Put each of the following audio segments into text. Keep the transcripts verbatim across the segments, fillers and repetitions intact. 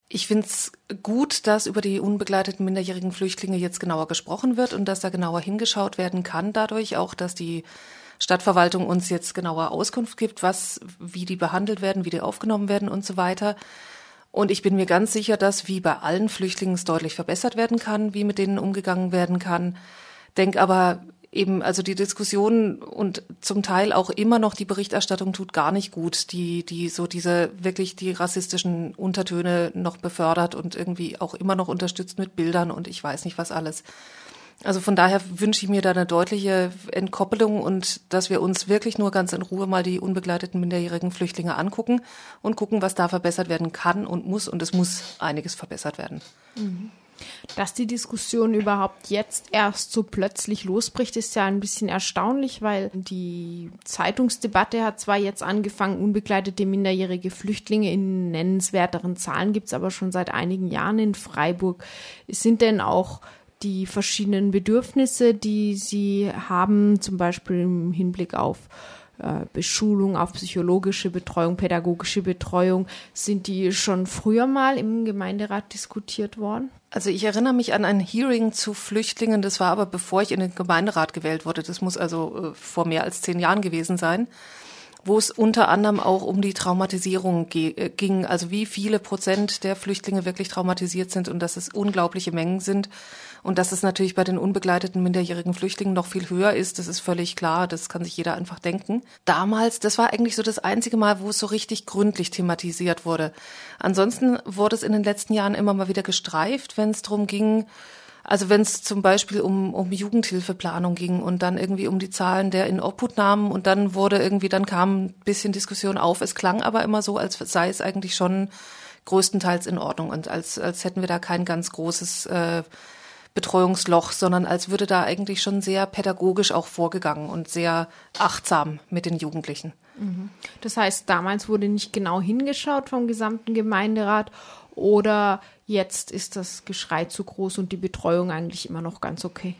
Ich finde es gut, dass über die unbegleiteten minderjährigen Flüchtlinge jetzt genauer gesprochen wird und dass da genauer hingeschaut werden kann dadurch, auch dass die Stadtverwaltung uns jetzt genauer Auskunft gibt, was, wie die behandelt werden, wie die aufgenommen werden und so weiter. Und ich bin mir ganz sicher, dass wie bei allen Flüchtlingen es deutlich verbessert werden kann, wie mit denen umgegangen werden kann. Denk aber eben, also die Diskussion und zum Teil auch immer noch die Berichterstattung tut gar nicht gut, die, die so diese wirklich die rassistischen Untertöne noch befördert und irgendwie auch immer noch unterstützt mit Bildern und ich weiß nicht was alles. Also von daher wünsche ich mir da eine deutliche Entkoppelung und dass wir uns wirklich nur ganz in Ruhe mal die unbegleiteten minderjährigen Flüchtlinge angucken und gucken, was da verbessert werden kann und muss. Und es muss einiges verbessert werden. Mhm. Dass die Diskussion überhaupt jetzt erst so plötzlich losbricht, ist ja ein bisschen erstaunlich, weil die Zeitungsdebatte hat zwar jetzt angefangen, unbegleitete minderjährige Flüchtlinge in nennenswerteren Zahlen gibt es aber schon seit einigen Jahren in Freiburg. Sind denn auch die verschiedenen Bedürfnisse, die sie haben, zum Beispiel im Hinblick auf äh, Beschulung, auf psychologische Betreuung, pädagogische Betreuung, sind die schon früher mal im Gemeinderat diskutiert worden? Also ich erinnere mich an ein Hearing zu Flüchtlingen, das war aber bevor ich in den Gemeinderat gewählt wurde, das muss also äh, vor mehr als zehn Jahren gewesen sein, wo es unter anderem auch um die Traumatisierung ge- äh, ging, also wie viele Prozent der Flüchtlinge wirklich traumatisiert sind und dass es unglaubliche Mengen sind und dass es natürlich bei den unbegleiteten minderjährigen Flüchtlingen noch viel höher ist, das ist völlig klar, das kann sich jeder einfach denken. Damals, das war eigentlich so das einzige Mal, wo es so richtig gründlich thematisiert wurde. Ansonsten wurde es in den letzten Jahren immer mal wieder gestreift, wenn es darum ging, also wenn es zum Beispiel um, um Jugendhilfeplanung ging und dann irgendwie um die Zahlen der Inobhutnahmen und dann wurde irgendwie, dann kam ein bisschen Diskussion auf. Es klang aber immer so, als sei es eigentlich schon größtenteils in Ordnung und als, als hätten wir da kein ganz großes äh, Betreuungsloch, sondern als würde da eigentlich schon sehr pädagogisch auch vorgegangen und sehr achtsam mit den Jugendlichen. Das heißt, damals wurde nicht genau hingeschaut vom gesamten Gemeinderat oder jetzt ist das Geschrei zu groß und die Betreuung eigentlich immer noch ganz okay?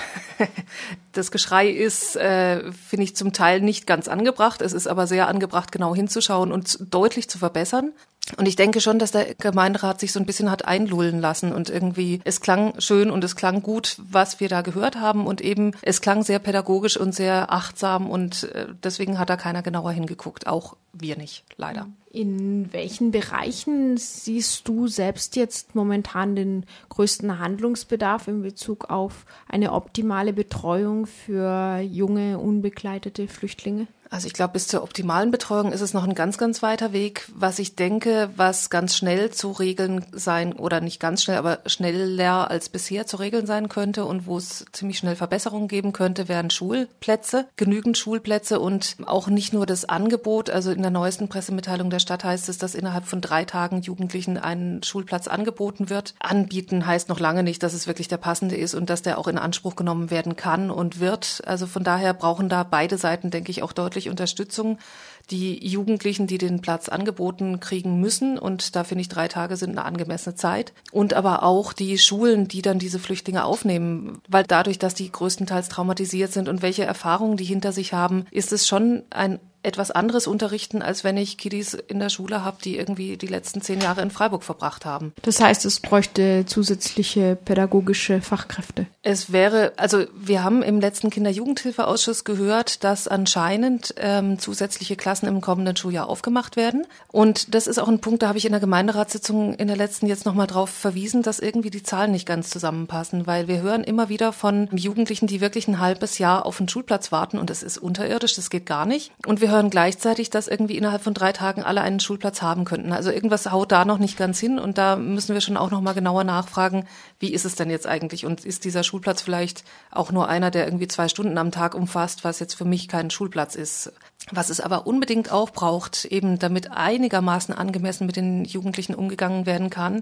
Das Geschrei ist, äh, finde ich, zum Teil nicht ganz angebracht. Es ist aber sehr angebracht, genau hinzuschauen und deutlich zu verbessern. Und ich denke schon, dass der Gemeinderat sich so ein bisschen hat einlullen lassen und irgendwie, es klang schön und es klang gut, was wir da gehört haben und eben, es klang sehr pädagogisch und sehr achtsam und äh, deswegen hat da keiner genauer hingeguckt, auch wir nicht, leider. In welchen Bereichen siehst du selbst jetzt momentan den größten Handlungsbedarf in Bezug auf eine optimale Betreuung für junge, unbegleitete Flüchtlinge? Also ich glaube, bis zur optimalen Betreuung ist es noch ein ganz, ganz weiter Weg. Was ich denke, was ganz schnell zu regeln sein, oder nicht ganz schnell, aber schneller als bisher zu regeln sein könnte und wo es ziemlich schnell Verbesserungen geben könnte, wären Schulplätze, genügend Schulplätze und auch nicht nur das Angebot. Also in der neuesten Pressemitteilung der Stadt heißt es, dass innerhalb von drei Tagen Jugendlichen einen Schulplatz angeboten wird. Anbieten heißt noch lange nicht, dass es wirklich der passende ist und dass der auch in Anspruch genommen werden kann und wird. Also von daher brauchen da beide Seiten, denke ich, auch deutlich Unterstützung. Die Jugendlichen, die den Platz angeboten kriegen müssen und da finde ich drei Tage sind eine angemessene Zeit und aber auch die Schulen, die dann diese Flüchtlinge aufnehmen, weil dadurch, dass die größtenteils traumatisiert sind und welche Erfahrungen die hinter sich haben, ist es schon ein etwas anderes Unterrichten, als wenn ich Kiddies in der Schule habe, die irgendwie die letzten zehn Jahre in Freiburg verbracht haben. Das heißt, es bräuchte zusätzliche pädagogische Fachkräfte. Es wäre, also wir haben im letzten Kinder-Jugendhilfeausschuss gehört, dass anscheinend ähm, zusätzliche Klassen im kommenden Schuljahr aufgemacht werden. Und das ist auch ein Punkt, da habe ich in der Gemeinderatssitzung in der letzten jetzt nochmal drauf verwiesen, dass irgendwie die Zahlen nicht ganz zusammenpassen, weil wir hören immer wieder von Jugendlichen, die wirklich ein halbes Jahr auf einen Schulplatz warten und das ist unterirdisch, das geht gar nicht. Und wir hören gleichzeitig, dass irgendwie innerhalb von drei Tagen alle einen Schulplatz haben könnten. Also irgendwas haut da noch nicht ganz hin und da müssen wir schon auch nochmal genauer nachfragen, wie ist es denn jetzt eigentlich und ist dieser Schulplatz vielleicht auch nur einer, der irgendwie zwei Stunden am Tag umfasst, was jetzt für mich kein Schulplatz ist. Was es aber unbedingt auch braucht, eben damit einigermaßen angemessen mit den Jugendlichen umgegangen werden kann,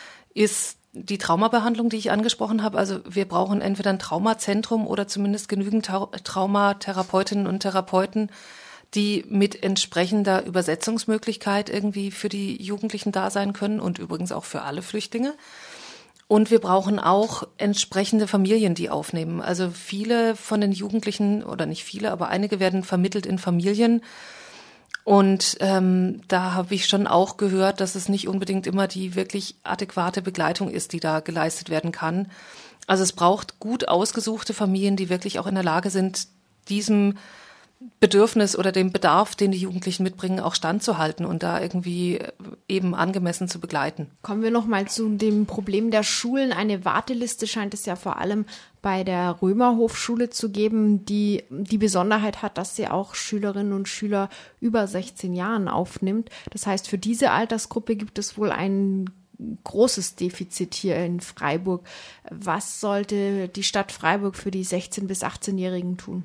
ist die Traumabehandlung, die ich angesprochen habe. Also wir brauchen entweder ein Traumazentrum oder zumindest genügend Tau- Traumatherapeutinnen und Therapeuten, die mit entsprechender Übersetzungsmöglichkeit irgendwie für die Jugendlichen da sein können und übrigens auch für alle Flüchtlinge. Und wir brauchen auch entsprechende Familien, die aufnehmen. Also viele von den Jugendlichen, oder nicht viele, aber einige werden vermittelt in Familien. Und ähm, da habe ich schon auch gehört, dass es nicht unbedingt immer die wirklich adäquate Begleitung ist, die da geleistet werden kann. Also es braucht gut ausgesuchte Familien, die wirklich auch in der Lage sind, diesem Bedürfnis oder dem Bedarf, den die Jugendlichen mitbringen, auch standzuhalten und da irgendwie eben angemessen zu begleiten. Kommen wir nochmal zu dem Problem der Schulen. Eine Warteliste scheint es ja vor allem bei der Römerhofschule zu geben, die die Besonderheit hat, dass sie auch Schülerinnen und Schüler über sechzehn Jahren aufnimmt. Das heißt, für diese Altersgruppe gibt es wohl ein großes Defizit hier in Freiburg. Was sollte die Stadt Freiburg für die sechzehn- bis achtzehnjährigen tun?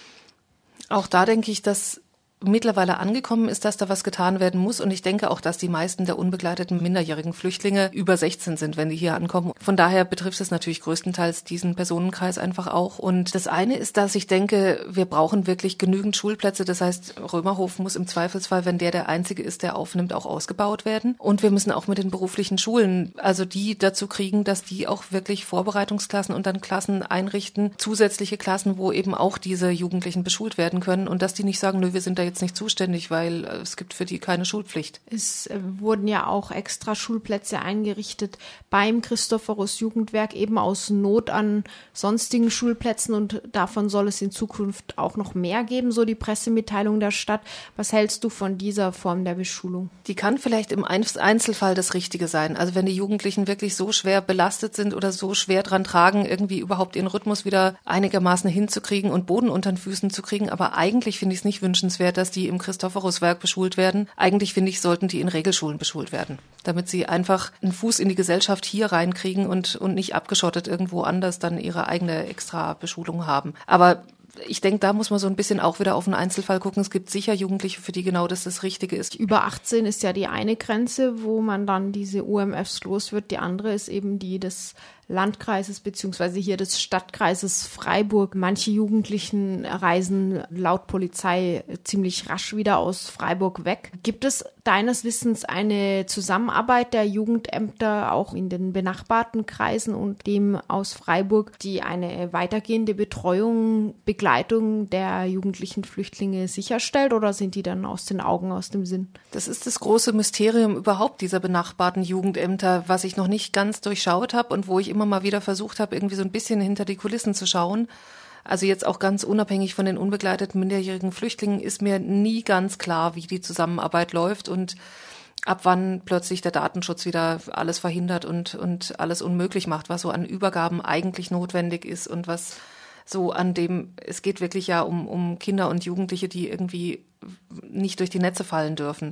Auch da denke ich, dass mittlerweile angekommen ist, dass da was getan werden muss. Und ich denke auch, dass die meisten der unbegleiteten minderjährigen Flüchtlinge über sechzehn sind, wenn die hier ankommen. Von daher betrifft es natürlich größtenteils diesen Personenkreis einfach auch. Und das eine ist, dass ich denke, wir brauchen wirklich genügend Schulplätze. Das heißt, Römerhof muss im Zweifelsfall, wenn der der Einzige ist, der aufnimmt, auch ausgebaut werden. Und wir müssen auch mit den beruflichen Schulen, also die dazu kriegen, dass die auch wirklich Vorbereitungsklassen und dann Klassen einrichten, zusätzliche Klassen, wo eben auch diese Jugendlichen beschult werden können und dass die nicht sagen, nö, wir sind da jetzt nicht zuständig, weil es gibt für die keine Schulpflicht. Es äh, wurden ja auch extra Schulplätze eingerichtet beim Christophorus Jugendwerk, eben aus Not an sonstigen Schulplätzen, und davon soll es in Zukunft auch noch mehr geben, so die Pressemitteilung der Stadt. Was hältst du von dieser Form der Beschulung? Die kann vielleicht im Einzelfall das Richtige sein. Also wenn die Jugendlichen wirklich so schwer belastet sind oder so schwer dran tragen, irgendwie überhaupt ihren Rhythmus wieder einigermaßen hinzukriegen und Boden unter den Füßen zu kriegen. Aber eigentlich finde ich es nicht wünschenswert, dass die im Christophoruswerk beschult werden. Eigentlich finde ich, sollten die in Regelschulen beschult werden, damit sie einfach einen Fuß in die Gesellschaft hier reinkriegen und, und nicht abgeschottet irgendwo anders dann ihre eigene extra Beschulung haben. Aber ich denke, da muss man so ein bisschen auch wieder auf den Einzelfall gucken. Es gibt sicher Jugendliche, für die genau das das Richtige ist. Über achtzehn ist ja die eine Grenze, wo man dann diese U M Fs los wird. Die andere ist eben die des Landkreises beziehungsweise hier des Stadtkreises Freiburg. Manche Jugendlichen reisen laut Polizei ziemlich rasch wieder aus Freiburg weg. Gibt es deines Wissens eine Zusammenarbeit der Jugendämter auch in den benachbarten Kreisen und dem aus Freiburg, die eine weitergehende Betreuung, Begleitung der jugendlichen Flüchtlinge sicherstellt, oder sind die dann aus den Augen, aus dem Sinn? Das ist das große Mysterium überhaupt dieser benachbarten Jugendämter, was ich noch nicht ganz durchschaut habe und wo ich immer mal wieder versucht habe, irgendwie so ein bisschen hinter die Kulissen zu schauen. Also jetzt auch ganz unabhängig von den unbegleiteten minderjährigen Flüchtlingen ist mir nie ganz klar, wie die Zusammenarbeit läuft und ab wann plötzlich der Datenschutz wieder alles verhindert und, und alles unmöglich macht, was so an Übergaben eigentlich notwendig ist und was so an dem, es geht wirklich ja um, um Kinder und Jugendliche, die irgendwie nicht durch die Netze fallen dürfen.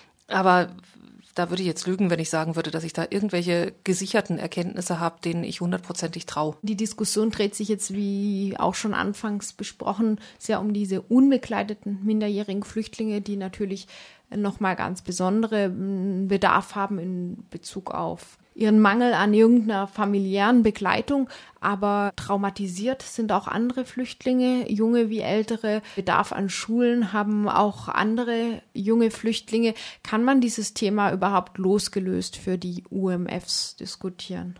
Aber da würde ich jetzt lügen, wenn ich sagen würde, dass ich da irgendwelche gesicherten Erkenntnisse habe, denen ich hundertprozentig traue. Die Diskussion dreht sich jetzt, wie auch schon anfangs besprochen, sehr um diese unbegleiteten minderjährigen Flüchtlinge, die natürlich nochmal ganz besondere Bedarf haben in Bezug auf ihren Mangel an irgendeiner familiären Begleitung. Aber traumatisiert sind auch andere Flüchtlinge, junge wie ältere. Bedarf an Schulen haben auch andere junge Flüchtlinge. Kann man dieses Thema überhaupt losgelöst für die U M Fs diskutieren?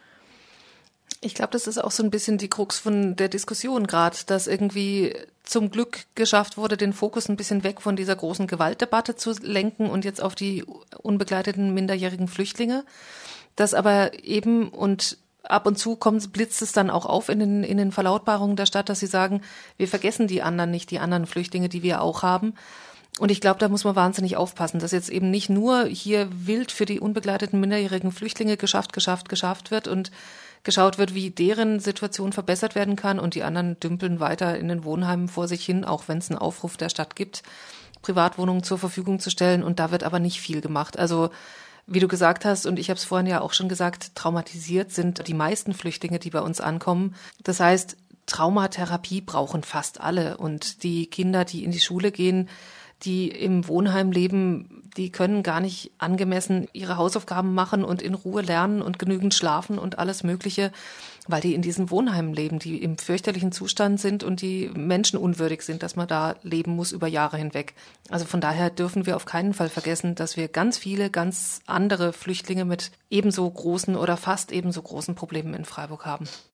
Ich glaube, das ist auch so ein bisschen die Krux von der Diskussion gerade, dass irgendwie zum Glück geschafft wurde, den Fokus ein bisschen weg von dieser großen Gewaltdebatte zu lenken und jetzt auf die unbegleiteten minderjährigen Flüchtlinge. Das aber eben, und ab und zu kommt, blitzt es dann auch auf in den, in den Verlautbarungen der Stadt, dass sie sagen, wir vergessen die anderen nicht, die anderen Flüchtlinge, die wir auch haben. Und ich glaube, da muss man wahnsinnig aufpassen, dass jetzt eben nicht nur hier wild für die unbegleiteten minderjährigen Flüchtlinge geschafft, geschafft, geschafft wird und geschaut wird, wie deren Situation verbessert werden kann, und die anderen dümpeln weiter in den Wohnheimen vor sich hin, auch wenn es einen Aufruf der Stadt gibt, Privatwohnungen zur Verfügung zu stellen, und da wird aber nicht viel gemacht. Also wie du gesagt hast, und ich habe es vorhin ja auch schon gesagt, traumatisiert sind die meisten Flüchtlinge, die bei uns ankommen. Das heißt, Traumatherapie brauchen fast alle, und die Kinder, die in die Schule gehen, die im Wohnheim leben, die können gar nicht angemessen ihre Hausaufgaben machen und in Ruhe lernen und genügend schlafen und alles Mögliche, weil die in diesen Wohnheimen leben, die im fürchterlichen Zustand sind und die menschenunwürdig sind, dass man da leben muss über Jahre hinweg. Also von daher dürfen wir auf keinen Fall vergessen, dass wir ganz viele, ganz andere Flüchtlinge mit ebenso großen oder fast ebenso großen Problemen in Freiburg haben.